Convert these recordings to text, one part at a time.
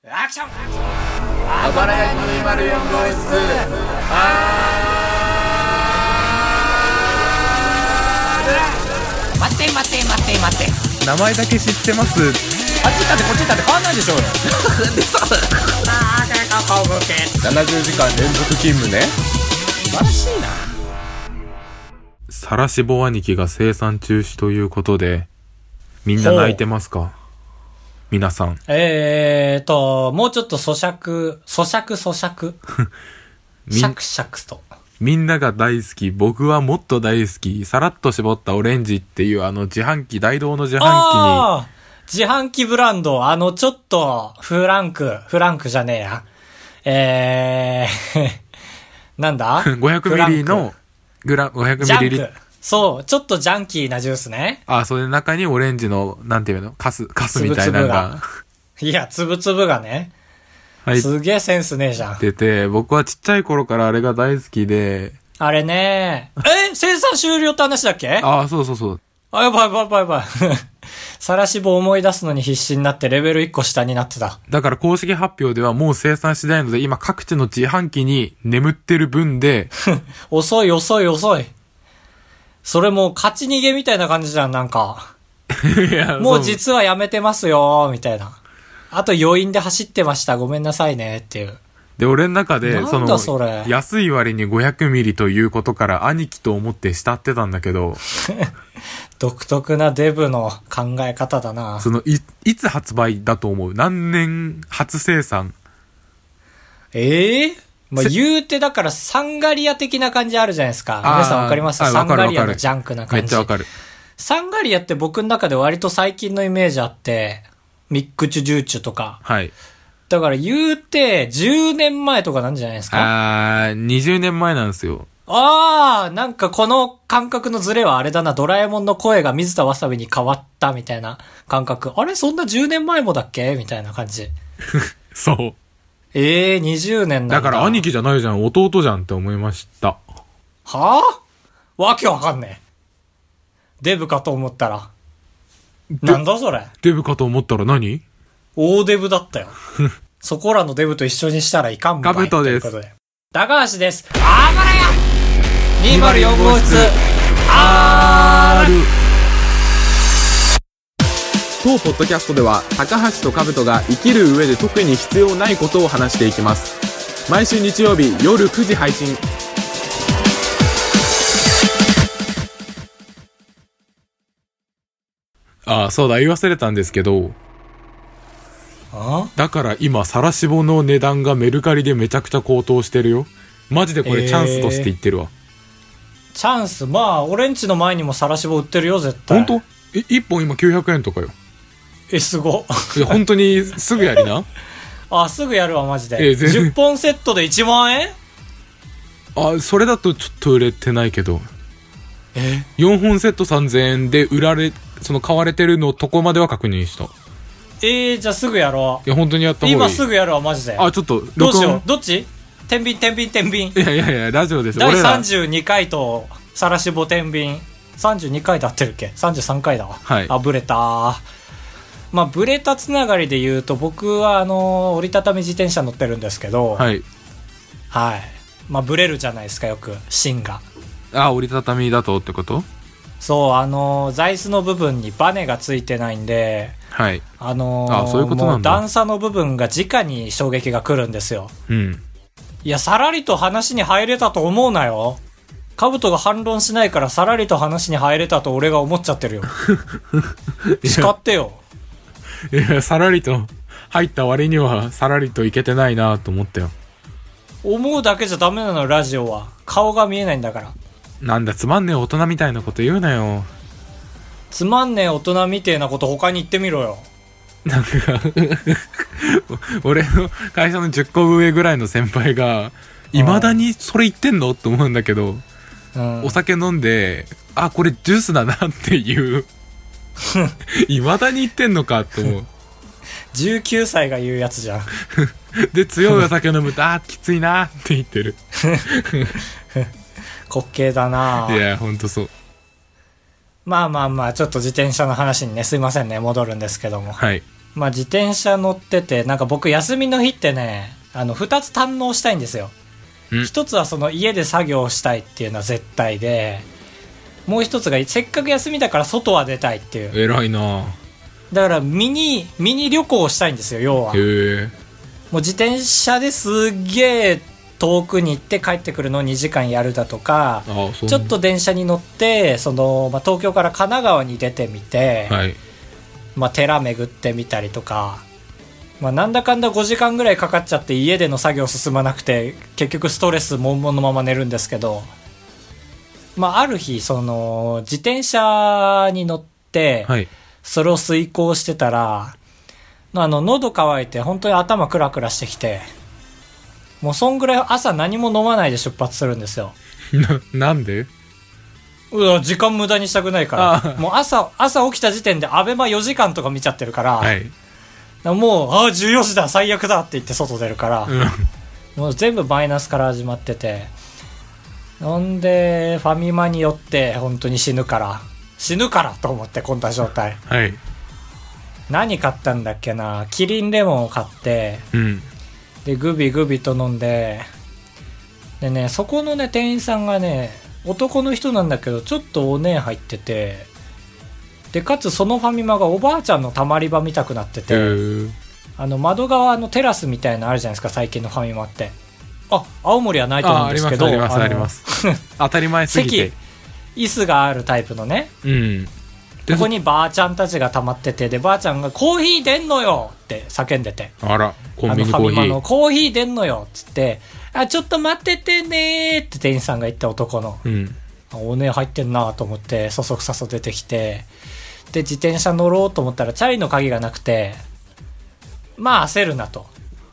アクションあばらや204号室待って名前だけ知ってます。 あっち行ったってこっち行ったって変わんないでしょうよ 70時間連続勤務ね。 素晴らしいな。 さらしぼ兄貴が生産中止ということで、みんな泣いてますか？皆さん。 もうちょっと咀嚼シャクシャクと。 みんなが大好き、僕はもっと大好き、さらっと絞ったオレンジっていう自販機、大道の自販機に。 あー、自販機ブランド、ちょっと、フランクじゃねえや。なんだ 500ミリの500ミリリットル。 そう、ちょっとジャンキーなジュースね。 あ、それで中にオレンジの、なんていうのカスみたいなのが。 いや、つぶつぶがね。 はい。 すげえセンスねえじゃん。 出て、僕はちっちゃい頃からあれが大好きで。 あれね生産終了って話だっけ？ あ、そう。 やばい。さらしぼ思い出すのに必死になってレベル1個下になってた。 だから公式発表ではもう生産しないので、今各地の自販機に眠ってる分で。 遅い。それもう勝ち逃げみたいな感じじゃん、なんか。 いやもう実はやめてますよ、みたいな。あと余韻で走ってました、ごめんなさいね、っていう。 で、俺の中で、 なんだそれ安い割に500ミリということから兄貴と思って慕ってたんだけど。 独特なデブの考え方だな。 いつ発売だと思う？何年初生産？ まあ、言うてだからサンガリア的な感じあるじゃないですか。皆さんわかります？サンガリアのジャンクな感じ。 めっちゃわかる。 サンガリアって僕の中で割と最近のイメージあって、ミックチュジューチュとか。 はい。 だから言うて10年前とかなんじゃないですか。 20年前なんですよ。 なんかこの感覚のズレはあれだな、ドラえもんの声が水田わさびに変わったみたいな感覚。あれそんな10年前もだっけみたいな感じ。 そう。 20年なんだ。 だから兄貴じゃないじゃん、弟じゃんって思いました。 はぁ？わけわかんねえ。デブかと思ったら。なんだそれ。 デブかと思ったら何？ 大デブだったよ。そこらのデブと一緒にしたらいかんばい。 カブトです。 ということで。高橋です。あばらや !204 号室 R! 当ポッドキャストでは高橋とカブトが生きる上で特に必要ないことを話していきます。毎週日曜日夜9時配信。そうだ、言い忘れたんですけど、だから今さらしぼの値段がメルカリでめちゃくちゃ高騰してるよ。マジでこれチャンスとして言ってるわ。 チャンス？まあ俺んちの前にもさらしぼ売ってるよ絶対。 本当？1本今900円とかよ。 すご。 いや本当にすぐやりな。 すぐやるわマジで。 10 本セットで1万円？ それだとちょっと売れてないけど。4本セット3000円で買われてるのとこまでは確認した。 じゃあすぐやろう。 いや本当にやった方がいい。 今すぐやるわマジで。 ちょっとどうしよう。どっち？天秤。 いやラジオですよ。 第32回とさらしぼ天秤32回で合ってるっけ？33回だわ。 はい。 ブレた。まあブレたつながりで言うと僕は折りたたみ自転車乗ってるんですけど、 はいまあブレるじゃないですかよく芯が。 折りたたみだとってこと？ そう座椅子の部分にバネがついてないんで、 はい。 そういうことなんだ。もう段差の部分が直に衝撃が来るんですよ。 うん。 いや、さらりと話に入れたと思うなよ。カブトが反論しないからさらりと話に入れたと俺が思っちゃってるよ。叱ってよ。 いや、さらりと入った割にはさらりといけてないなと思ったよ。 思うだけじゃダメなのラジオは。顔が見えないんだから。 なんだつまんねえ大人みたいなこと言うなよ。 つまんねえ大人みてえなこと他に言ってみろよ。 なんか俺の会社の10個上ぐらいの先輩が未だにそれ言ってんのって思うんだけど、お酒飲んでこれジュースだなっていう未だに言ってんのかって思う。 19歳が言うやつじゃん。 で強いお酒飲むときついなって言ってる。 滑稽だな。 いやほんとそう。 まあちょっと自転車の話にね、すいませんね、戻るんですけども。 はい。 まあ自転車乗ってて、なんか僕休みの日ってね、二つ堪能したいんですよ。一つはその家で作業したいっていうのは絶対で、もう一つがせっかく休みだから外は出たいっていう。 偉いな。 だからミニ旅行をしたいんですよ、要は。 へえ。 もう自転車ですっげえ遠くに行って帰ってくるのを2時間やるだとか、ちょっと電車に乗って東京から神奈川に出てみて、 はい、 寺巡ってみたりとか、なんだかんだ5時間ぐらいかかっちゃって家での作業進まなくて結局ストレス悶々のまま寝るんですけど、ある日自転車に乗って、 はい、 それを遂行してたら喉乾いて本当に頭クラクラしてきて、もうそんぐらい朝何も飲まないで出発するんですよ。 なんで？ 時間無駄にしたくないから。もう朝起きた時点でアベマ4時間とか見ちゃってるから、 はい、 もう14時だ最悪だって言って外出るから、もう全部マイナスから始まってて、ほんでファミマに寄って本当に死ぬからと思って、こんな状態、 はい、 何買ったんだっけな、キリンレモンを買って、でグビグビと飲んで、でね、そこのね店員さんがね男の人なんだけどちょっとお姉入ってて、でかつそのファミマがおばあちゃんのたまり場見たくなってて、窓側のテラスみたいなのあるじゃないですか最近のファミマって。青森はないと思うんですけど、 あります当たり前すぎて椅子があるタイプのね、ここにばあちゃんたちが溜まってて、でばあちゃんがコーヒー出んのよって叫んでて、 あらコンビニコーヒー、 ファミマのコーヒー出んのよっつって、ちょっと待っててねーって店員さんが言った男の、おね入ってんなと思ってそそくさそ出てきて、で自転車乗ろうと思ったらチャリの鍵がなくて、焦るなと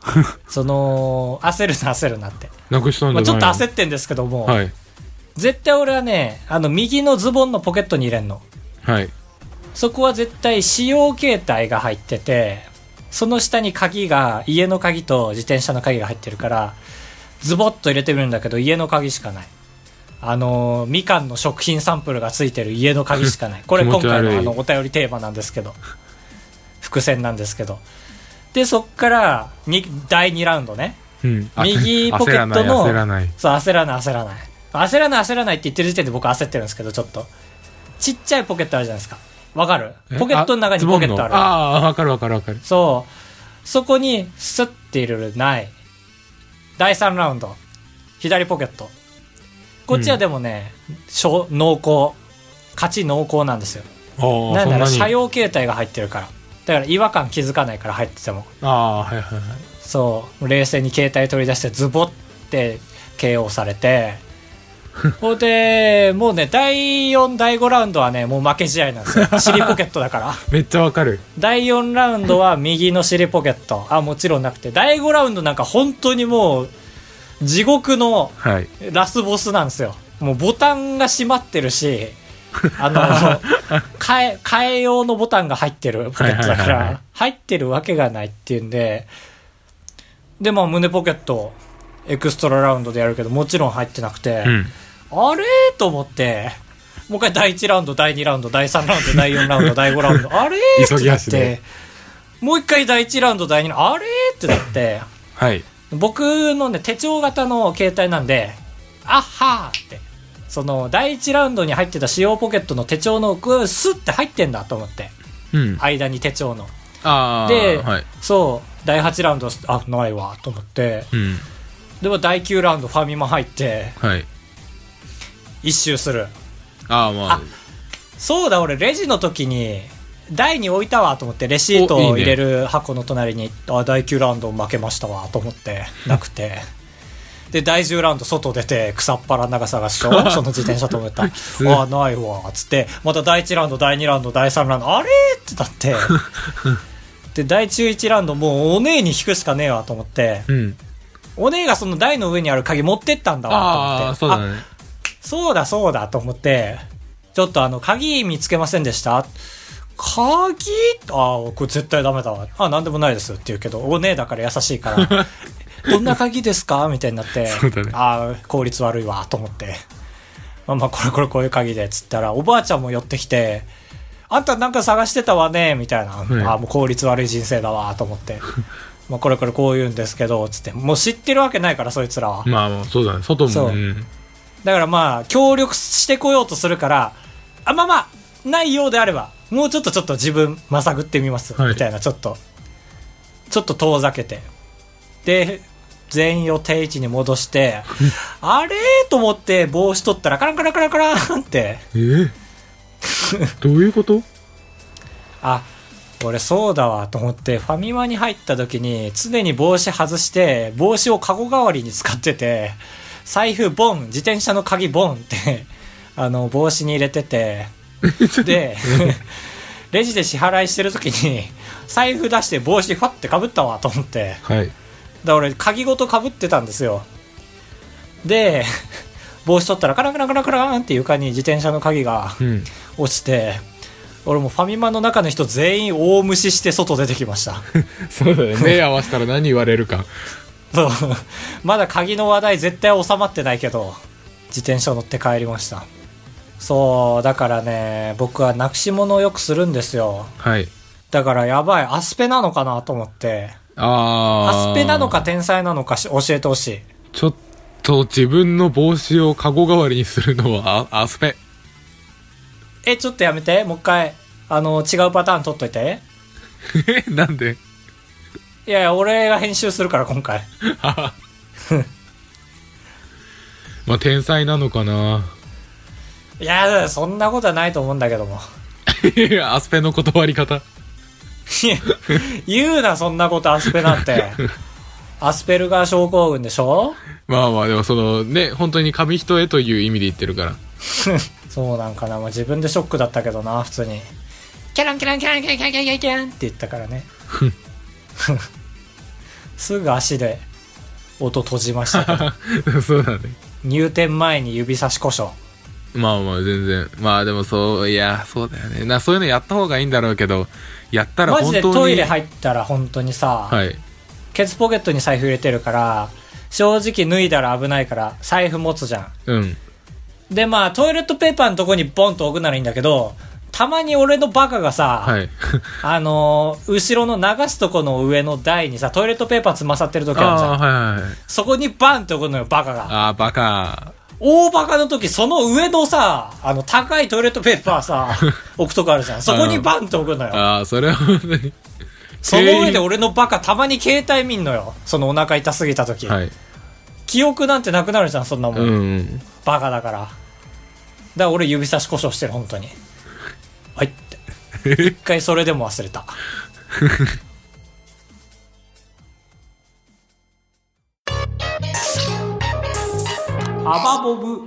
焦るなってなくしたんじゃないの？ ちょっと焦ってんですけども、 はい、 絶対俺はね右のズボンのポケットに入れんの、 はい、 そこは絶対使用携帯が入ってて、その下に鍵が家の鍵と自転車の鍵が入ってるからズボッと入れてみるんだけど家の鍵しかない。みかんの食品サンプルがついてる家の鍵しかないこれ今回のお便りテーマなんですけど、伏線なんですけど、でそっから第2ラウンドね、右ポケットの焦らないって言ってる時点で僕焦ってるんですけど、ちょっとちっちゃいポケットあるじゃないですか、わかる？ポケットの中にポケットある。 わかる。 そこにスッて入れる。ない。第3ラウンド左ポケット、こっちはでもね、濃厚勝ち濃厚なんですよ。なんなら車用携帯が入ってるから、だから違和感気づかないから、入ってても。そう冷静に携帯取り出してズボって KO されてほんでもうね第4第5ラウンドはねもう負け試合なんですよ尻ポケットだからめっちゃわかる。 第4ラウンドは右の尻ポケットもちろんなくて、第5ラウンドなんか本当にもう地獄のラスボスなんですよ。もうボタンが閉まってるし替え用のボタンが入ってるポケットだから入ってるわけがないっていうんで、胸ポケットエクストララウンドでやるけどもちろん入ってなくて、あれと思ってもう一回第1ラウンド第2ラウンド第3ラウンド第4ラウンド第5ラウンドあれってなって、もう一回第1ラウンド第2ラウンドあれってなって、僕のね手帳型の携帯なんであっはーってその第1ラウンドに入ってた使用ポケットの手帳のスッて入ってんだと思って、間に手帳ので、そう第8ラウンドないわと思って、でも第9ラウンドファミマ入って、一周する。そうだ、俺レジの時に台に置いたわと思ってレシートを入れる箱の隣に第9ラウンド負けましたわと思ってなくてで第10ラウンド外出て草っ腹長探しとその自転車止めたないわっつってまた第1ラウンド第2ラウンド第3ラウンドあれってなってで第11ラウンドもうお姉に引くしかねえわと思って、お姉がその台の上にある鍵持ってったんだわと思って、そうだと思って、ちょっと鍵見つけませんでした？鍵これ絶対ダメだわ。なんでもないですって言うけど、お姉だから優しいからどんな鍵ですかみたいになって効率悪いわと思って、これこういう鍵でっつったらおばあちゃんも寄ってきてあんたなんか探してたわねみたいな、 はい、 もう効率悪い人生だわと思ってまあこれこう言うんですけどつって、もう知ってるわけないからそいつらは。 まあそうだね、外も。 そう、だからまあ協力してこようとするから、まあないようであればもうちょっと自分まさぐってみます、はい、みたいな、ちょっと遠ざけて、で全員を定位置に戻してあれと思って帽子取ったらカランカランカランカランってどういうこと？ 俺そうだわと思って、ファミマに入った時に常に帽子外して帽子をカゴ代わりに使ってて、財布ボン、自転車の鍵ボンって帽子に入れててでレジで支払いしてる時に財布出して帽子ファッてかぶったわと思って、 はい、 だ俺鍵ごとかぶってたんですよ。で帽子取ったらカランカランカランカランって床に自転車の鍵が落ちて、俺もファミマの中の人全員大無視して外出てきましたそうだね、目合わせたら何言われるかそうまだ鍵の話題絶対収まってないけど自転車乗って帰りました。そうだからね、僕はなくし物をよくするんですよ。 はい。 だからやばい、アスペなのかなと思って。アスペなのか天才なのか教えてほしい。 ちょっと自分の帽子をカゴ代わりにするのはアスペ。 ちょっとやめて、もう一回違うパターン取っといてなんで？ いや俺が編集するから今回まあ天才なのかな。 いやそんなことはないと思うんだけどもアスペの断り方言うなそんなこと。アスペなんてアスペルガー症候群でしょ。 まあでもそのね、本当に紙一重という意味で言ってるからそうなんかな、まあ、自分でショックだったけどな。普通にキャランキャランキャランキャランキャランキャランキャランって言ったからねすぐ足で音閉じましたけどそうだね、 入店前に指差し故障。 まあ全然、まあでもそう、いやそうだよね、そういうのやった方がいいんだろうけど、やったら本当にマジでトイレ入ったら本当にさ、 はい、 ケツポケットに財布入れてるから正直脱いだら危ないから財布持つじゃん。 うんでまあトイレットペーパーのとこにボンと置くならいいんだけど、たまに俺のバカがさ、 はい後ろの流すとこの上の台にさトイレットペーパーつまさってる時あるじゃん。 はいはい、そこにバンって置くのよバカが。 バカ大バカの時その上のさ高いトイレットペーパーさ置くとこあるじゃん。そこにバンって置くのよ。 それは本当にその上で俺のバカたまに携帯見んのよ。そのお腹痛すぎた時、はい、記憶なんてなくなるじゃんそんなもん、バカだから。だから俺指差し故障してる本当に。はいって一回それでも忘れたアバボブ、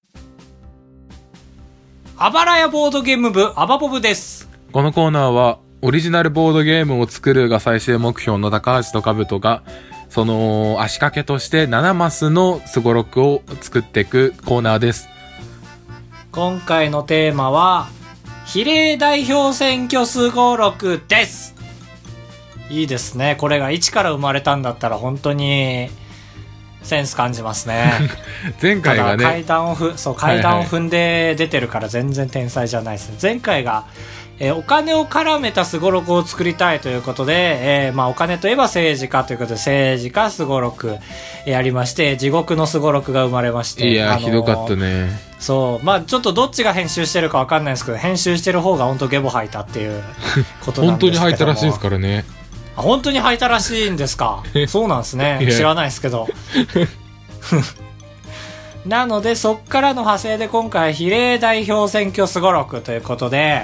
あばらやボードゲーム部アバボブです。 このコーナーはオリジナルボードゲームを作るが最終目標の高橋と兜がその足掛けとして7マスのスゴロクを作っていくコーナーです。 今回のテーマは比例代表選挙スゴロクです。いいですね。これが一から生まれたんだったら本当にセンス感じますね前回がね階段を踏んで出てるから全然天才じゃないですね。前回が、お金を絡めたスゴロクを作りたいということで、お金といえば政治家ということで政治家スゴロクやりまして、地獄のスゴロクが生まれまして、 いやひどかったね。 そうちょっとどっちが編集してるか分かんないですけど、編集してる方が本当ゲボ吐いたっていうことなんですけども本当に吐いたらしいですからね。 本当に吐いたらしいんですかそうなんですね。知らないですけどなのでそっからの派生で今回比例代表選挙スゴロクということで、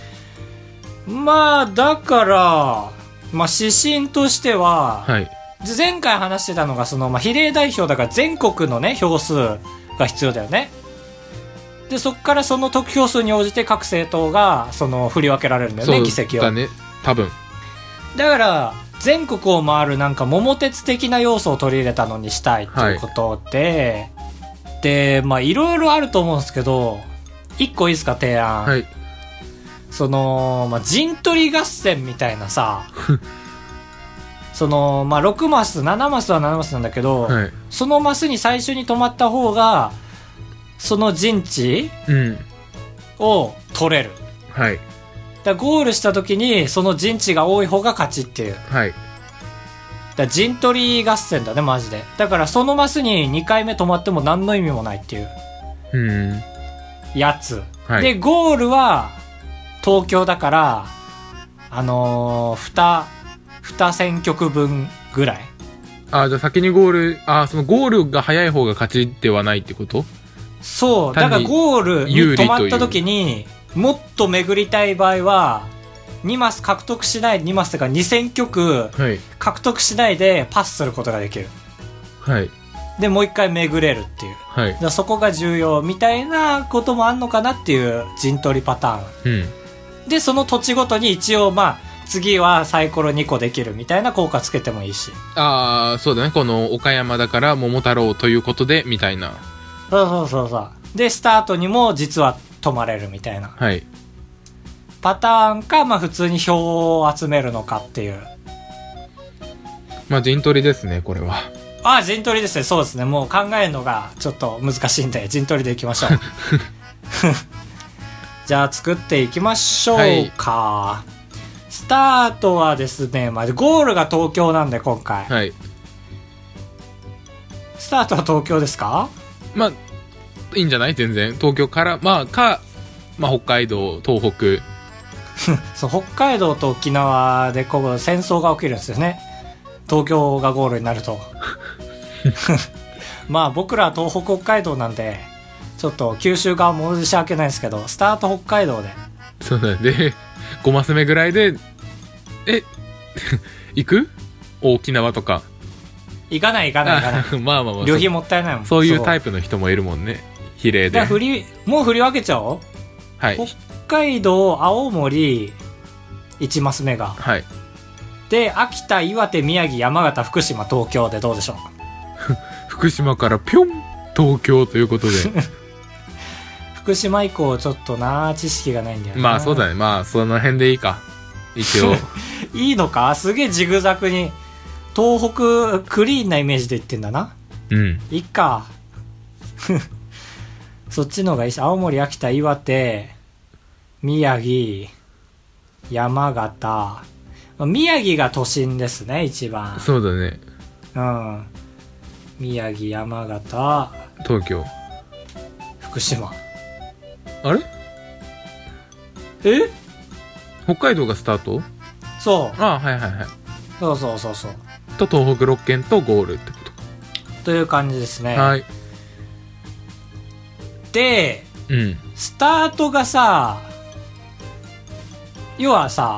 だから指針としては、はい、前回話してたのがその、比例代表だから全国のね票数が必要だよね。でそっからその得票数に応じて各政党がその振り分けられるんだよね、議席を。 そうだね、多分。 だから全国を回るなんか桃鉄的な要素を取り入れたのにしたいということで、はい、でいろいろあると思うんですけど、1個いいですか提案。はい、その陣取り合戦みたいなさその6マス7マスは7マスなんだけど、はい、そのマスに最初に止まった方がその陣地を取れる、 はい、 だゴールした時にその陣地が多い方が勝ちっていう。 はい。 だ陣取り合戦だね、マジで。だからそのマスに2回目止まっても何の意味もないっていう。やつ。はい、で、ゴールは東京だから、2選挙区分ぐらい。 あ、じゃあ先にゴール、そのゴールが早い方が勝ちではないってこと？ そう。だからゴールに止まった時に、もっと巡りたい場合は、2マス獲得しない、2マスというか2選挙区獲得しないでパスすることができる。 はい。 で、もう一回巡れるっていう。 はい。 だそこが重要みたいなこともあんのかなっていう陣取りパターン。で、その土地ごとに一応次はサイコロ2個できるみたいな効果つけてもいいし。 そうだね。この岡山だから桃太郎ということで、みたいな。 そう。で、スタートにも実は止まれるみたいな。 はい。 パターンか、普通に票を集めるのかっていう。 陣取りですね、これは。 陣取りですね。そうですね。もう考えるのがちょっと難しいんで、陣取りでいきましょう。じゃあ作っていきましょうか。はい、スタートはですね、ゴールが東京なんで今回。 はい。 スタートは東京ですか？ いいんじゃない？全然。東京から、北海道、東北。 そう、北海道と沖縄でこう戦争が起きるんですよね。東京がゴールになると。僕らは東北北海道なんで、ちょっと九州側も申し訳ないですけど、スタート北海道で。 そうだね。で、5マス目ぐらいで、行く？沖縄とか。 行かない。旅費もったいないもん。 そういうタイプの人もいるもんね。比例で。 もう振り分けちゃおう。 はい。 北海道、青森、1マス目が。 はい。 で、秋田、岩手、宮城、山形、福島、東京でどうでしょう？ 福島からぴょん東京ということで。 福島以降ちょっと知識がないんだよね。 そうだね。その辺でいいか。一応。 いいのか？すげえジグザグに。東北クリーンなイメージで言ってんだな。いっか。そっちの方がいいし。青森、秋田、岩手、宮城、山形。宮城が都心ですね、一番。 そうだね。 宮城、山形、 東京、 福島。 あれ？北海道がスタート？ そう。 はい。 そう。 と東北6県とゴールってことか。 という感じですね。 はい。 で、スタートがさ、要はさ、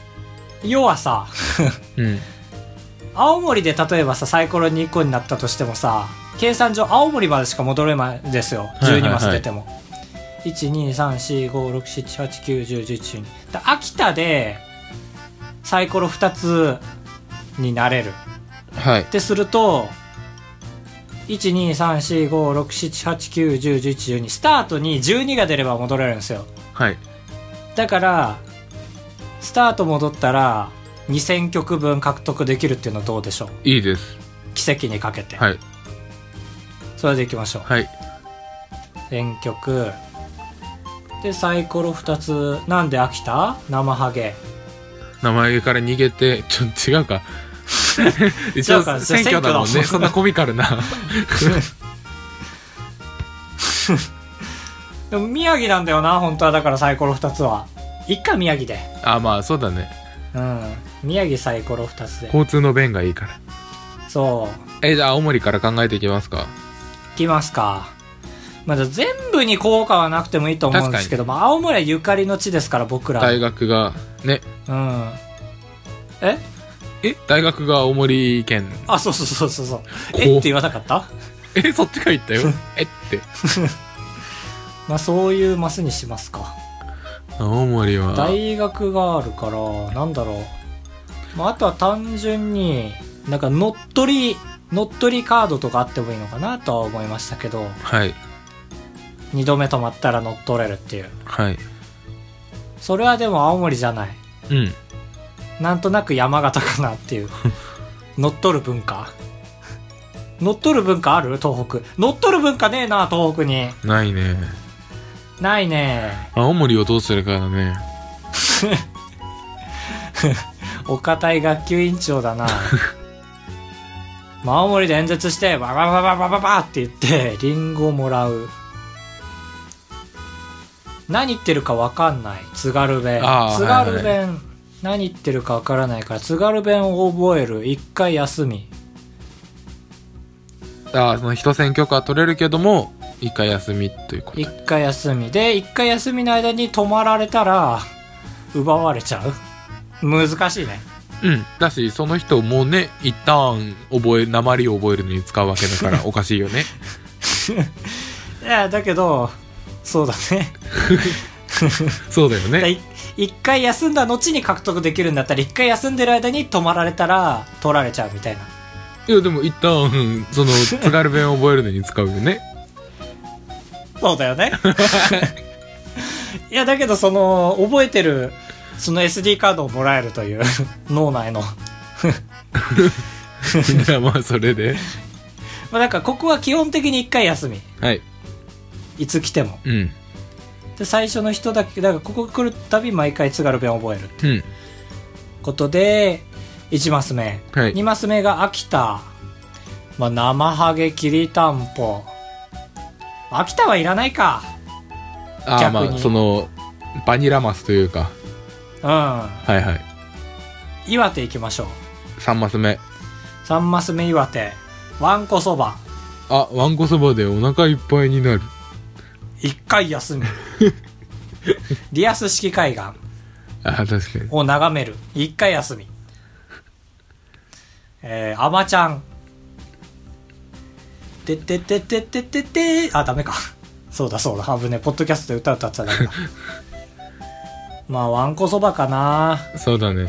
青森で例えばさ、サイコロ2個になったとしてもさ、計算上青森までしか戻れないですよ。12マス出ても。1、2、3、4、5、6、7、8、9、10、11、12。秋田でサイコロ2つになれる。 はい。 ってすると、1、2、3、4、5、6、7、8、9、10、11、12。スタートに12が出れば戻れるんですよ。 はい。 だから、スタート戻ったら、2選挙区分獲得できるっていうのはどうでしょう？ いいです。 奇跡にかけて。 はい。 それでいきましょう。 はい。 選挙区。で、サイコロ2つ。なんで秋田？生ハゲ。 生ハゲから逃げて、違うか。一応選挙だもんね。そんなコミカルな。 でも宮城なんだよな、本当は。だからサイコロ2つは。いっか、宮城で。 そうだね。 宮城サイコロ2つで。 交通の便がいいから。 そう。 じゃあ青森から考えていきますか。 いきますか。全部に効果はなくてもいいと思うんですけど、青森はゆかりの地ですから、僕ら。 大学が、ね。大学が青森県。 そう。って言わなかった？ そっちが言ったよ。って。 そういうマスにしますか。 青森は大学があるから、なんだろう。あとは単純に、乗っ取りカードとかあってもいいのかなとは思いましたけど。 はい。 2度目止まったら乗っ取れるっていう。 はい。 それはでも青森じゃない。なんとなく山形かなっていう。乗っ取る文化。乗っ取る文化ある？東北。乗っ取る文化ねえな、東北に。 ないね。 ないね。 青森をどうするかだね。 お堅い学級委員長だな。青森で演説してバババババババって言ってリンゴをもらう。何言ってるか分かんない。津軽弁。津軽弁、はいはい、何言ってるか分からないから津軽弁を覚える。一回休み。 その一選許可は取れるけども一回休みということ。 一回休みで、一回休みの間に泊まられたら奪われちゃう。難しいね。 うん。だしその人もね一旦鉛を覚えるのに使うわけだからおかしいよね。 いやだけどそうだね。 そうだよね。 一回休んだ後に獲得できるんだったら一回休んでる間に泊まられたら取られちゃうみたいな。 いやでも一旦その津軽弁を覚えるのに使うよね。 そうだよね。いやだけどその覚えてるその SD カードをもらえるという脳内の。 じゃあまあそれで。 まあだからここは基本的に一回休み。 はい。 いつ来ても。 うん。 で最初の人だけだからここ来るたび毎回津軽弁を覚える。 うん。 ことで。1マス目、はい、2マス目が秋田、生ハゲきりたんぽ。秋田はいらないか。 逆にそのバニラマスというか。はいはい。 岩手行きましょう。 3マス目岩手。わんこそば。 わんこそばでお腹いっぱいになる。 1回休み。リアス式海岸確かにを眺める。1回休み。あまちゃん。てってってってってってって、ダメか。そうだ。危ね。ポッドキャストで歌っちゃダメだ。わんこそばかな。 そうだね。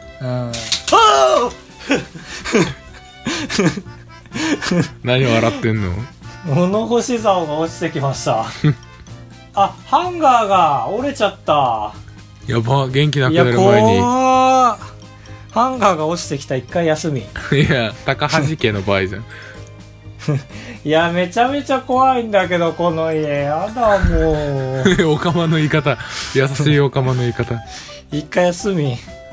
何笑ってんの？ 物干し竿が落ちてきました。ハンガーが折れちゃった。 やば、元気なくなる前に。 ハンガーが落ちてきた。一回休み。 いや、高橋家の場合じゃん。 いや、めちゃめちゃ怖いんだけど、この家。やだ、もう。 おかまの言い方。優しいおかまの言い方。 一回休み。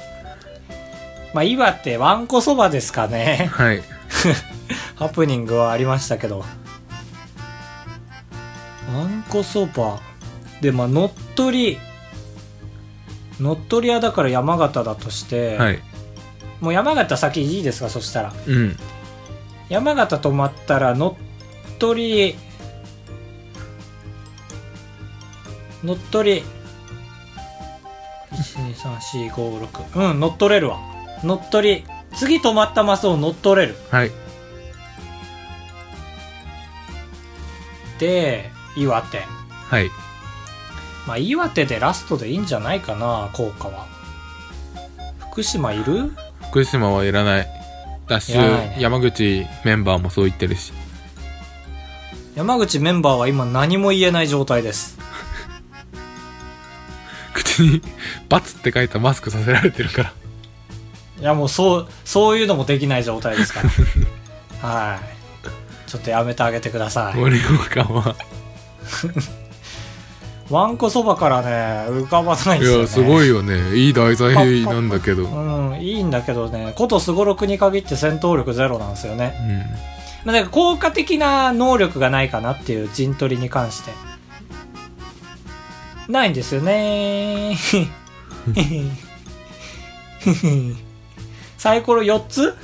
岩手、わんこそばですかね。 はい。 ハプニングはありましたけど。わんこそば。で、乗っ取り屋だから山形だとして、 はい。 もう山形先いいですか、そしたら。 うん。 山形止まったら乗っ取り12345乗っ取れるわ。乗っ取り次止まったマスを乗っ取れる。 はい。 で岩手。 はい。 岩手でラストでいいんじゃないかな。効果は福島いる？ 福島はいらない。ダッシュ、山口メンバーもそう言ってるし。 山口メンバーは今何も言えない状態です。 口にバツって書いたマスクさせられてるから。 いやもうそういうのもできない状態ですから。はい。ちょっとやめてあげてください。 盛岡はわんこそばからね浮かばないんですよね。 いやすごいよね。いい題材なんだけど。 いいんだけどね。ことすごろくに限って戦闘力ゼロなんですよね。だから効果的な能力がないかなっていう陣取りに関してないんですよね。サイコロ4つ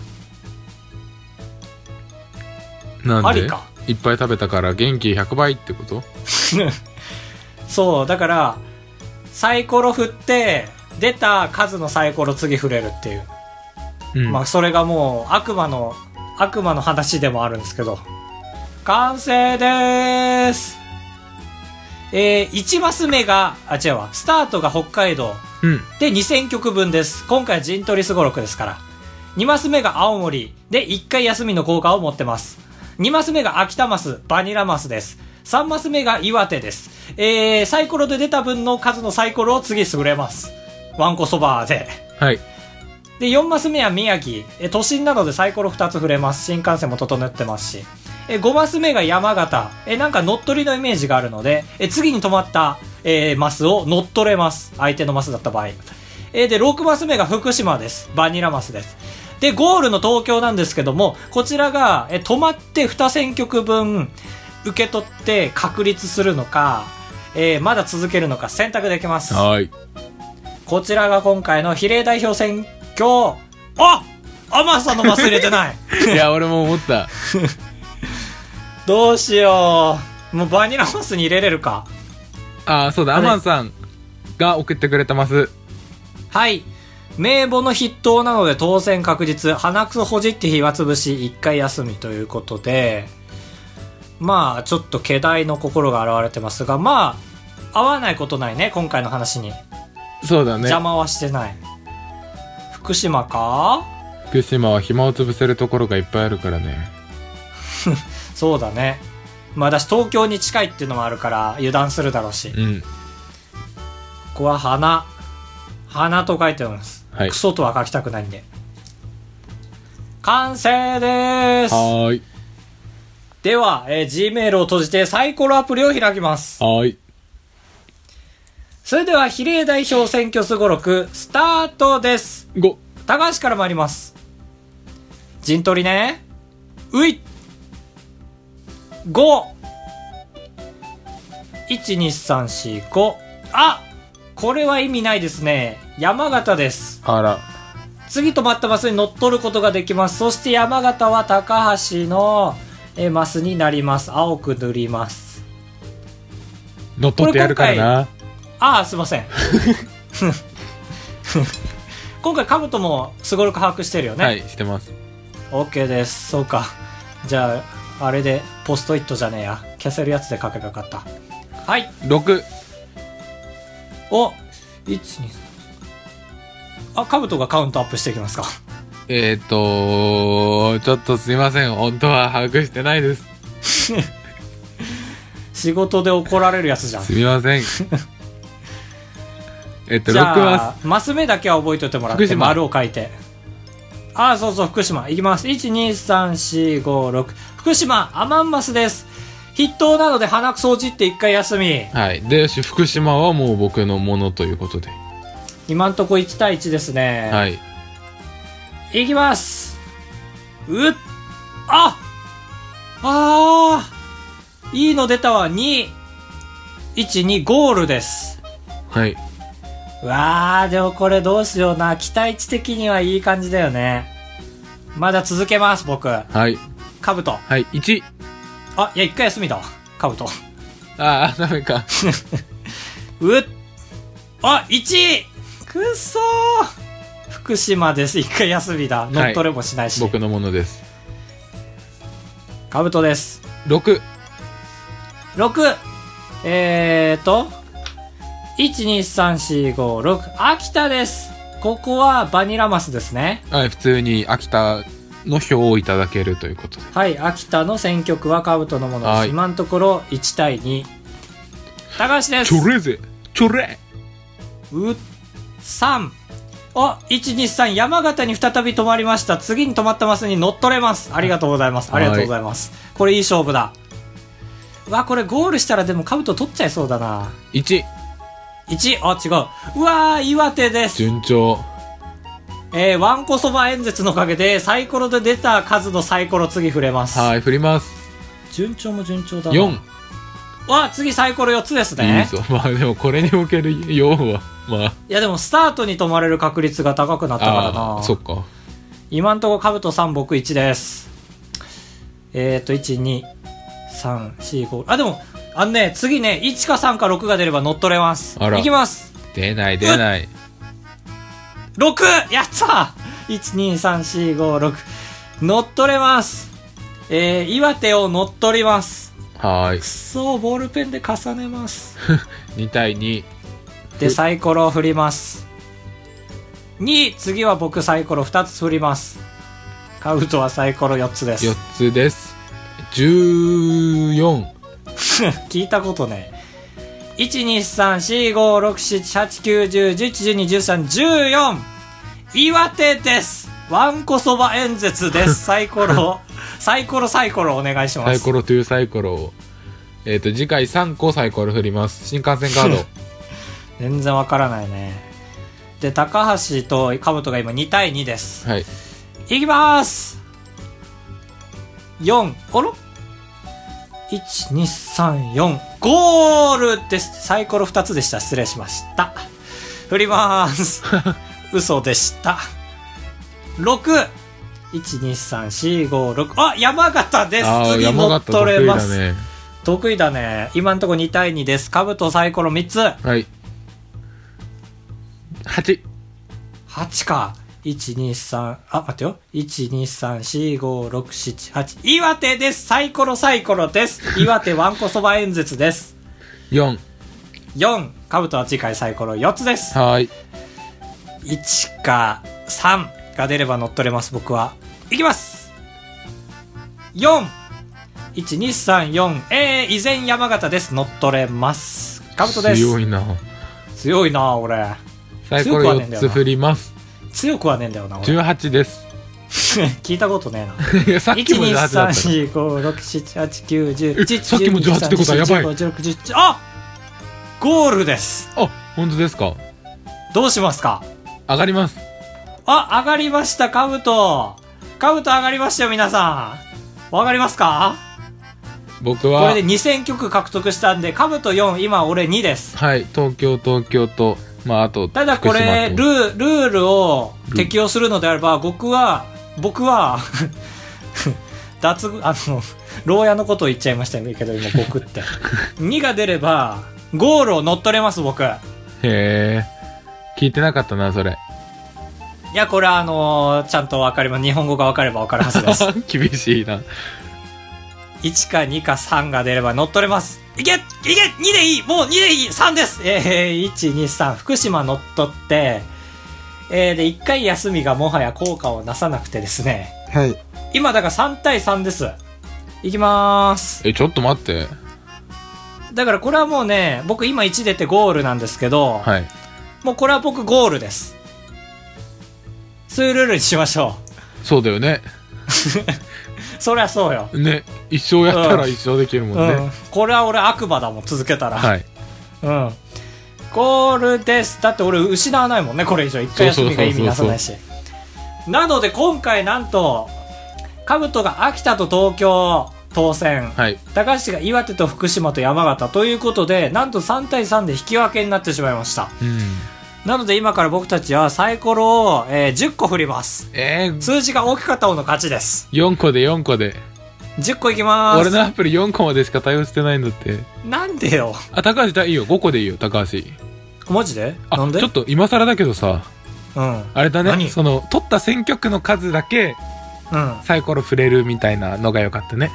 なんでありか。 いっぱい食べたから元気100倍ってこと？ そうだからサイコロ振って出た数のサイコロ次振れるっていう、それがもう悪魔の話でもあるんですけど、完成でーす。1マス目が違うわ、スタートが北海道、で2000曲分です。今回は陣取りすごろくですから。2マス目が青森で1回休みの効果を持ってます。2マス目が秋田マス、バニラマスです。3マス目が岩手です。サイコロで出た分の数のサイコロを次優れます。わんこそばで。 はい。 で、4マス目は宮城。都心なのでサイコロ2つ振れます。新幹線も整ってますし。5マス目が山形。なんか乗っ取りのイメージがあるので、次に止まった、マスを乗っ取れます。相手のマスだった場合。 で、6マス目が福島です。バニラマスです。で、ゴールの東京なんですけども、こちらが、止まって2選曲分受け取って確立するのか、まだ続けるのか選択できます。 はい。 こちらが今回の比例代表選挙。あ、甘さのマス入れてない。 いや、俺も思った。 どうしよう。もうバニラマスに入れれるか。 ああ、そうだ、アマンさんが送ってくれたマス。 はい。名簿の筆頭なので当選確実。鼻くそほじって暇つぶし、一回休みということで、まあ、ちょっと気大の心が現れてますが、まあ、合わないことないね、今回の話に。 そうだね。 邪魔はしてない。福島か？ 福島は暇を潰せるところがいっぱいあるからね。 そうだね。まあ、私東京に近いっていうのもあるから油断するだろうし。 うん。 ここは花と書いてます。はい。クソとは書きたくないんで。完成でーす。 はーい。 では、Gmail を閉じてサイコロアプリを開きます。 はーい。 それでは比例代表選挙すごろくスタートです。 5。 高橋から参ります。陣取りね。うい。5。1、2、3、4、5。あ、これは意味ないですね。山形です。 あら。 次止まったマスに乗っ取ることができます。そして山形は高橋のマスになります。青く塗ります。 乗っ取ってやるからな。 ああ、すいません。今回カブトもすごろく把握してるよね。 はい、してます。 OK です。そうか。じゃああれでポストイットじゃねえや、消せるやつで書けばよかった。はい。 6。 お、1、2、3。あ、カブトがカウントアップしていきますか。 ちょっとすいません、本当は把握してないです。 仕事で怒られるやつじゃん。 すみません。 じゃあマス目だけは覚えておいてもらって丸を書いて。あ、そうそう、福島いきます。 1,2,3,4,5,6 福島アマンマスです。筆頭なので鼻くそをじって一回休み。 はい。で、福島はもう僕のものということで、 今んとこ1対1ですね。 はい。 いきます。あいいの出たわ。2、1、2、ゴールです。 はい。 わー、でもこれどうしような。期待値的にはいい感じだよね。まだ続けます、僕。 はい。 カブト。 はい、1。 あ、いや、一回休みだわ。カブト。 あ、ダメか。 あ、1! くっそー。福島です。一回休みだ。乗っ取れもしないし。 僕のものです。 カブトです。 6。 1,2,3,4,5,6 秋田です。ここはバニラマスですね。 はい、普通に秋田の票をいただけるということで。 はい、秋田の選挙区はカブトのものです。今のところ1対2。高橋です。 ちょれぜちょれ 3。あ、1,2,3 山形に再び止まりました。次に止まったマスに乗っ取れます。ありがとうございます。ありがとうございます。これいい勝負だ。わ、これゴールしたらでもカブト取っちゃいそうだな。 1。 あ、違う。うわー、岩手です。 順調。 わんこそば演説のおかげでサイコロで出た数のサイコロ次振れます。 はい、振ります。 順調も順調だな。 4。 わ、次サイコロ4つですね。 いいぞ。まあでもこれにおける4はまあ、 いやでもスタートに止まれる確率が高くなったからな。 そっか。 今んとこカブト3、僕1です。1、2、3、4、5。あ、でも次ね、1か3か6が出れば乗っ取れます。いきます。 出ない。 6! やったー !1、2、3、4、5、6。乗っ取れます。岩手を乗っ取ります。 はい。 くそー、ボールペンで重ねます。 2対2。 で、サイコロを振ります。2、次は僕サイコロ2つ振ります。カウトはサイコロ4つです。 4つです。14。 聞いたことね。1,2,3,4,5,6,7,8,9,10,11,12,13,14 岩手です。わんこそば演説です。サイコロお願いします。 サイコロというサイコロを次回3個サイコロ振ります。新幹線カード。 全然わからないね。 で、高橋と兜が今2対2です。 はい。 いきまーす。4、あら ?1、2、3、4、ゴールです。サイコロ2つでした。失礼しました。振りまーす。嘘でした。6、1、2、3、4、5、6。あ、山形です。次乗っ取れます。得意だね。今んとこ2対2です。兜サイコロ3つ。 はい。8。 8か。1、2、3、待ってよ。1、2、3、4、5、6、7、8。岩手です。サイコロです。岩手わんこそば演説です。 4。 4。兜は次回サイコロ4つです。 はい。 1か3が出れば乗っ取れます、僕は。いきます。4。1、2、3、4。依然山形です。乗っ取れます。兜です。 強いな。 強いな、俺。 サイコロ4つ振ります。 強くはねえんだよな、俺。 18です。 聞いたことねえな。 いや、さっきも18だった。 1、2、3、4、5、6、7、8、9、10。 さっきも18ってことはやばい。 あ、ゴールです。 あ、本当ですか。 どうしますか。 上がります。 あ、上がりました、兜上がりましたよ、皆さん。わかりますか。 僕はこれで2000曲獲得したんで、兜4、今俺2です。 はい、東京と、あとただこれルールを適用するのであれば、僕は牢屋のことを言っちゃいましたけど、今僕って2が出ればゴールを乗っ取れます、僕。 へえ、聞いてなかったな、それ。 いや、これはちゃんと分かります。日本語が分かれば分かるはずです。 厳しいな。 1か2か3が出れば乗っ取れます。いけ !2 でいい、もう2でいい !3 です。1、2、3。福島乗っ取って、で、1回休みがもはや効果をなさなくてですね。 はい。 今だから3対3です。いきまーす。 ちょっと待って。 だからこれはもうね、僕今1出てゴールなんですけど、 はい。 もうこれは僕ゴールです。そういうルールにしましょう。そうだよね。 そりゃそうよ。 ね、一生やったら一生できるもんね。 これは俺悪魔だもん、続けたら。 はい。 ゴールです。だって俺失わないもんね、これ以上。一回休みが意味なさないし。なので今回なんと、兜が秋田と東京当選。 はい。 高橋が岩手と福島と山形ということで、なんと3対3で引き分けになってしまいました。なので今から僕たちはサイコロを、10個振ります。数字が大きかった方の勝ちです。 4個で。 10個いきまーす。 俺のアプリ4個までしか対応してないんだって。 なんでよ。 高橋いいよ。5個でいいよ、高橋。 マジで？なんで？ ちょっと今更だけどさ。あれだね。取った選挙区の数だけ、サイコロ振れるみたいなのが良かったね。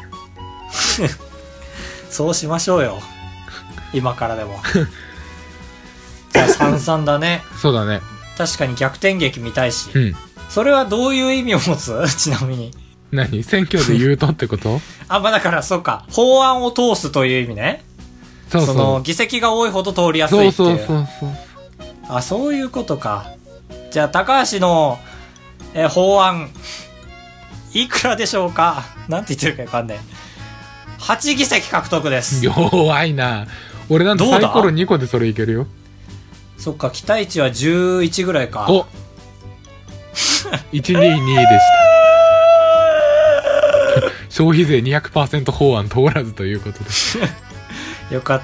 そうしましょうよ。今からでも。じゃあ3-3だね。 そうだね。 確かに逆転劇見たいし。それはどういう意味を持つ？ちなみに。 何？選挙で言うとってこと？ だからそうか。法案を通すという意味ね。そう。議席が多いほど通りやすいっていう。そう。そういうことか。じゃあ高橋の、法案、いくらでしょうか？なんて言ってるかわかんねえ。8議席獲得です。 弱いな。俺なんてサイコロ2個でそれいけるよ。 そっか、期待値は11ぐらいか。 122でした。消費税 200% 法案通らずということです。 よかった。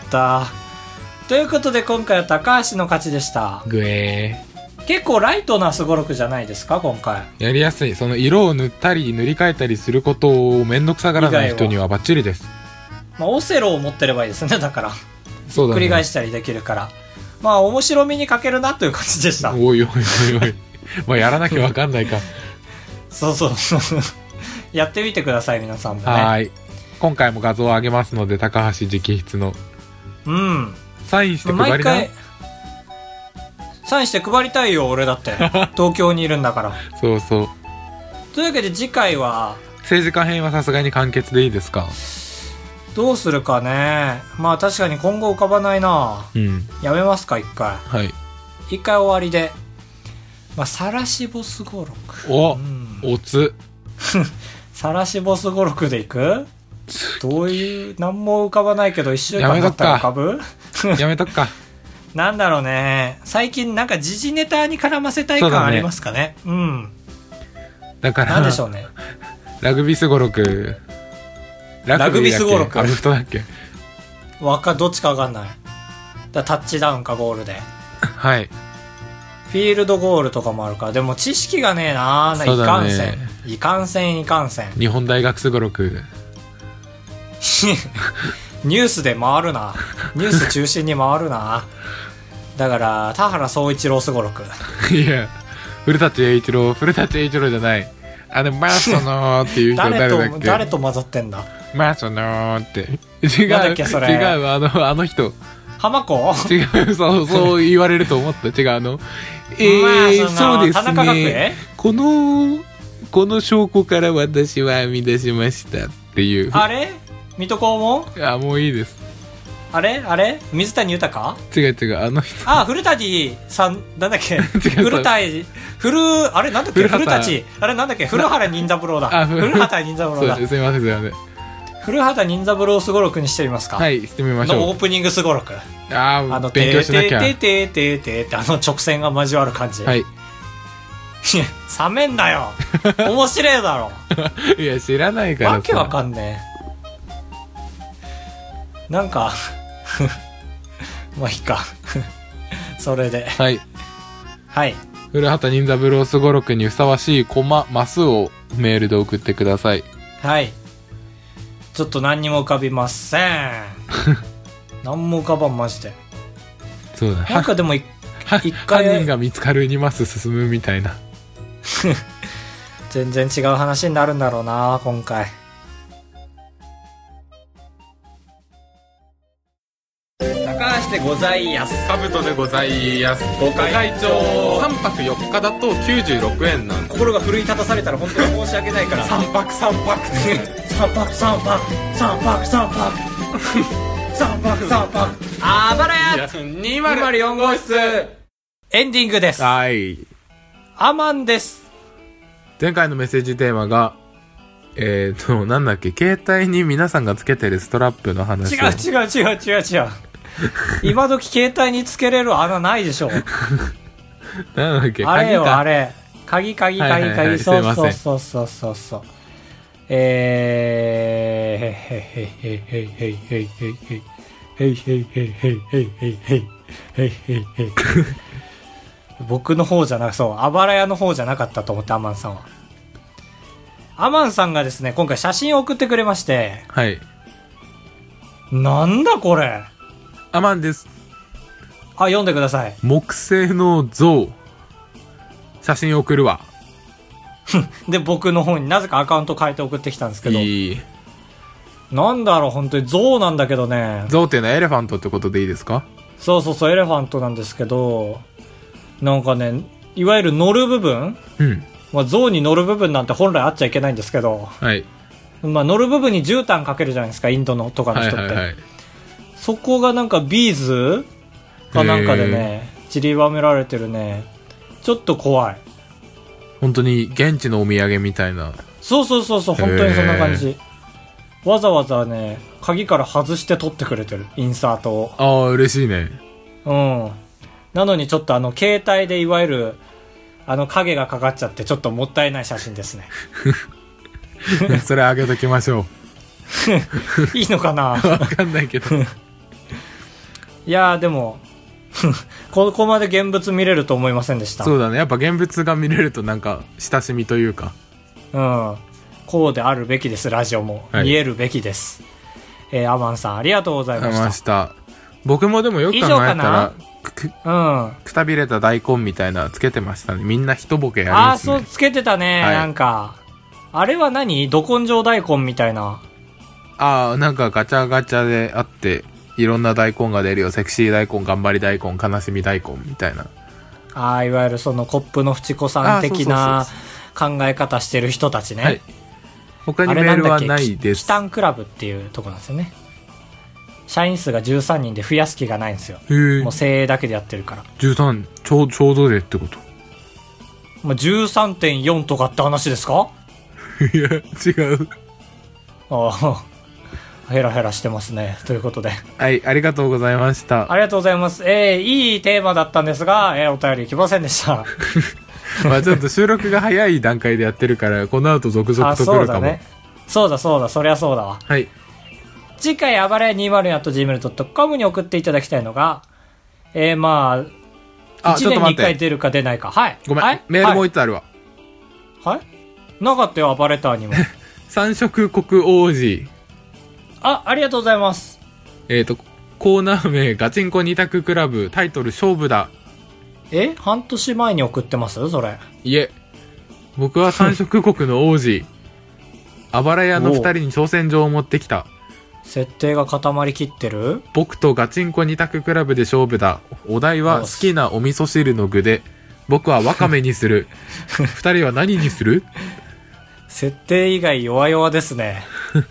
ということで今回は高橋の勝ちでした。結構ライトなすごろくじゃないですか、今回。 やりやすい。その色を塗ったり塗り替えたりすることをめんどくさがらない人にはバッチリです。 オセロを持ってればいいですね、だから。 そうだね。 繰り返したりできるから。面白みに欠けるなという感じでした。 おい。やらなきゃわかんないか。 そう。やってみてください、皆さんもね。 はい。今回も画像を上げますので、高橋直筆の。サインして配りな。 サインして配りたいよ、俺だって。東京にいるんだから。 そう。 というわけで次回は、 政治家編はさすがに完結でいいですか？ どうするかね。確かに今後浮かばないな。やめますか、一回。 はい。 一回終わりで。さらしボス語録。 おつ。 さらしボス語録でいく？どういう、なんも浮かばないけど一週間だったら浮かぶ？ やめとくか。 なんだろうね。最近なんか時事ネタに絡ませたい感ありますかね。うん。 だから、 なんでしょうね。 ラグビーすごろく。 ラグビーすごろく。 アメフトだっけ？ どっちかわかんない。タッチダウンかゴールで。 はい。 フィールドゴールとかもあるから。でも知識がねえな。いかんせん。いかんせんいかんせん。 日本大学すごろく。 ニュースで回るな。ニュース中心に回るな。だから田原総一郎すごろく。 いや、古舘栄一郎じゃない。マソノーっていう人誰だっけ？ 誰と混ざってんだ？ マソノーって。違う。 なんだっけそれ。 違う、あの人。 浜子？ 違う、そう言われると思った。違う、そうです田中角ね。 栄？ この証拠から私は編み出しましたっていう。 あれ？水戸黄門？ もういいです。 あれ水谷豊？ 違う、あの人。 古舘さん、なんだっけ？あれなんだっけ？古舘。あれなんだっけ？古原任三郎だ。古畑任三郎だ。 すいません。 古畑任三郎すごろくにしてみますか？ はい、してみましょう。 のオープニングすごろく。 勉強しなきゃ。 てって直線が交わる感じ。 はい。 冷めんなよ。面白いだろ。 いや、知らないからさ。 わけわかんねえ。なんか、まあいいか。それで。 はい。 はい。 古畑任三郎すごろくにふさわしいコマ、マスをメールで送ってください。 はい。ちょっと何にも浮かびません。何も浮かばん、マジで。 そうだ。 なんかでも一回。 犯人が見つかる2マス進むみたいな。 全然違う話になるんだろうな、今回。高橋でございやす。 カブトでございやす。ご会長。3泊4日だと96円なんです。 心が奮い立たされたら本当に申し訳ないから。 3泊3泊あばらや204号室エンディングです。 はい。 アマンです。 前回のメッセージテーマがなんだっけ、携帯に皆さんがつけてるストラップの話。 違う。今時携帯につけれる穴ないでしょ。 なんだっけ、 あれよ、あれ。鍵。そう。僕の方じゃなく、そう、あばら屋の方じゃなかったと思って、アマンさんは。アマンさんがですね、今回写真を送ってくれまして。 はい。 なんだこれ。 アマンです。 読んでください。 木製の像。写真送るわ。 で、僕の方になぜかアカウント変えて送ってきたんですけど。なんだろう、本当に象なんだけどね。 象っていうのはエレファントってことでいいですか？ そう、エレファントなんですけど、なんかね、いわゆる乗る部分、象に乗る部分なんて本来あっちゃいけないんですけど、 はい。 乗る部分に絨毯かけるじゃないですか、インドのとかの人って。そこがなんかビーズかなんかでね、散りばめられてるね。ちょっと怖い。 本当に現地のお土産みたいな。 そう、本当にそんな感じ。わざわざね、鍵から外して撮ってくれてる、インサートを。 嬉しいね。 なのにちょっと携帯でいわゆる、影がかかっちゃってちょっともったいない写真ですね。 それあげときましょう。いいのかな？ わかんないけど。 いやーでも、ここまで現物見れると思いませんでした。 そうだね。やっぱ現物が見れるとなんか親しみというか。 こうであるべきです。ラジオも、見えるべきです。アマンさんありがとうございました。 僕もでもよく考えたらくたびれた大根みたいなつけてましたね。みんな一ボケやるんですね。 そうつけてたね、なんかあれは何？ど根性大根みたいな。 なんかガチャガチャであっていろんな大根が出るよ。セクシー大根、頑張り大根、悲しみ大根みたいな。 いわゆるそのコップのフチ子さん的な考え方してる人たちね。 他にメールはないです。 キタンクラブっていうとこなんですよね。社員数が13人で増やす気がないんですよ。もう精鋭だけでやってるから。 13ちょうどでってこと？ 13.4 とかって話ですか？ いや違う。 ヘラヘラしてますね。ということで。 はい、ありがとうございました。 ありがとうございます。いいテーマだったんですが、お便り来ませんでした。 まあちょっと収録が早い段階でやってるから、この後続々と来るかも。 そうだね。そうだ、そりゃそうだわ。 はい。 次回、あばらや 204.gmail.com に送っていただきたいのが、まあ、1年に1回出るか出ないか。はい。 ごめん、メールもう1つあるわ。 はい、なかったよ、アバレターにも。 三色国王子。 ありがとうございます。 コーナー名、ガチンコ二択クラブ、タイトル、勝負だ。 半年前に送ってますそれ。 いえ。僕は三色国の王子。あばら屋の二人に挑戦状を持ってきた。 設定が固まりきってる。 僕とガチンコ二択クラブで勝負だ。お題は好きなお味噌汁の具で、僕はわかめにする。二人は何にする？ 設定以外弱々ですね。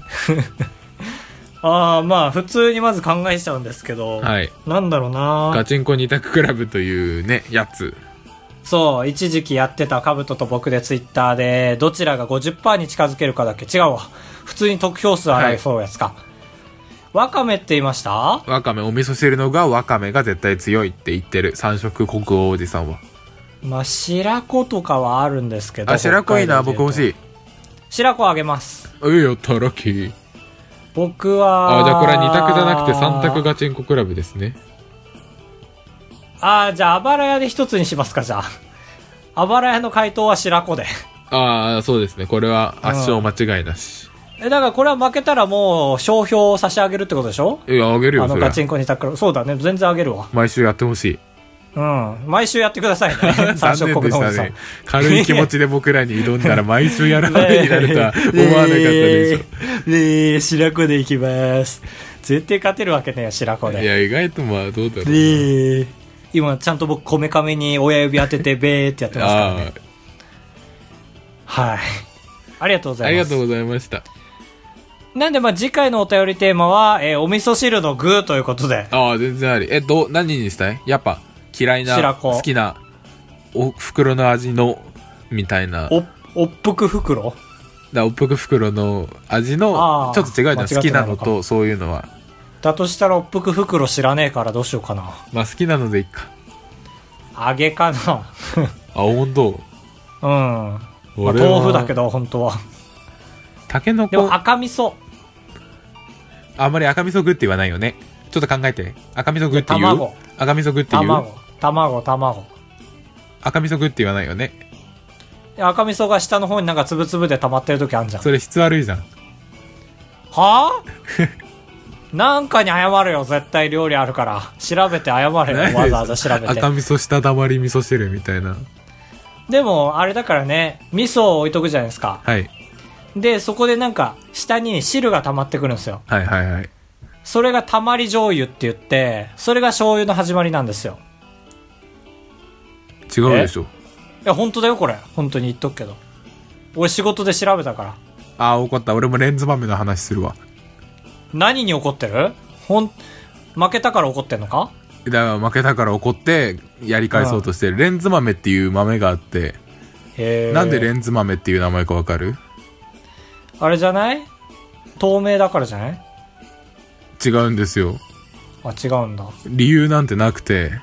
まあ普通にまず考えちゃうんですけど、 はい、 なんだろうな。 ガチンコ二択クラブというねやつ。 そう、一時期やってたカブトと僕でツイッターでどちらが 50% に近づけるかだっけ。違うわ、普通に得票数争うやつか、わかめって言いました。 わかめ、お味噌汁のがわかめが絶対強いって言ってる三色国王おじさんは。 まあ白子とかはあるんですけど。 白子いいな、僕欲しい。 白子あげます。 やったラッキー。 僕はじゃあこれは2択じゃなくて3択ガチンコクラブですね。 じゃああばら屋で一つにしますか。じゃああばら屋の回答は白子で。 そうですね、これは圧勝間違いなし。 だからこれは負けたらもう商標を差し上げるってことでしょ。 いや、あげるよ。 ガチンコ2択。そうだね、全然あげるわ。 毎週やってほしい。 毎週やってくださいね。三色国の王子さん。 軽い気持ちで僕らに挑んだら毎週やる羽目になるとは思わなかったでしょ。 白子でいきます。絶対勝てるわけねえ、白子で。 いや、意外とまあどうだろう。 今ちゃんと僕こめかみに親指当ててベーってやってますからね。はい。ありがとうございます。 ありがとうございました。 なんで次回のお便りテーマは、お味噌汁の具ということで。 全然あり。何にしたい？やっぱ嫌いな、好きなお袋の味のみたいな。 おっぷく袋？ おっぷく袋の味のちょっと違うじゃん、好きなのとそういうのは。 だとしたらおっぷく袋知らねえからどうしようかな。 まあ好きなのでいいか。 揚げかな。 本当？ 豆腐だけど本当は。 タケノコ。 でも赤味噌。 あんまり赤味噌具って言わないよね。ちょっと考えて。赤味噌具って言う？赤味噌具って言う？ 卵。 赤味噌具って言わないよね。 赤味噌が下の方になんかつぶつぶで溜まってる時あるじゃん。 それ質悪いじゃん。 はぁ？なんかに謝るよ、絶対料理あるから。調べて謝れよ、わざわざ調べて。 赤味噌下だまり味噌汁みたいな。 でも、あれだからね、味噌を置いとくじゃないですか。 はい。 で、そこでなんか、下に汁が溜まってくるんですよ。 はいはいはい。 それがたまり醤油って言って、それが醤油の始まりなんですよ。 違うでしょ。いや、本当だよ、これ。本当に言っとくけど。俺仕事で調べたから。 怒った。俺もレンズ豆の話するわ。 何に怒ってる？負けたから怒ってんのか？ だから負けたから怒ってやり返そうとしてる。レンズ豆っていう豆があって、なんでレンズ豆っていう名前かわかる？ あれじゃない？透明だからじゃない？ 違うんですよ。 違うんだ。 理由なんてなくて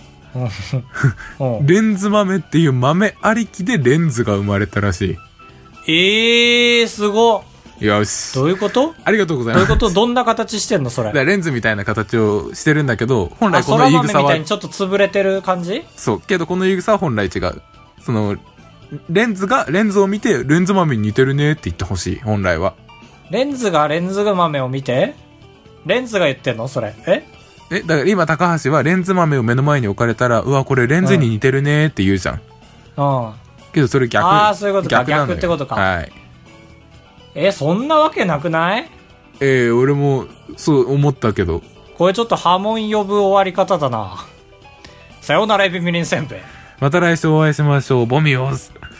レンズ豆っていう豆ありきでレンズが生まれたらしい。 すごっ。 よし。 どういうこと？ ありがとうございます。 どういうこと？どんな形してんのそれ？ レンズみたいな形をしてるんだけど、本来このイグサは。空豆みたいにちょっと潰れてる感じ？ そう。けどこのイグサは本来違う。レンズを見て、レンズ豆に似てるねって言ってほしい。本来は。 レンズ豆を見て？レンズが言ってんのそれ？ だから今高橋はレンズ豆を目の前に置かれたら、うわ、これレンズに似てるねって言うじゃん。けどそれ逆。 そういうことか。逆ってことか。 はい。 そんなわけなくない？ 俺もそう思ったけど。 これちょっと波紋呼ぶ終わり方だな。さよならエビみりんせんべい。 また来週お会いしましょう。ボミオス。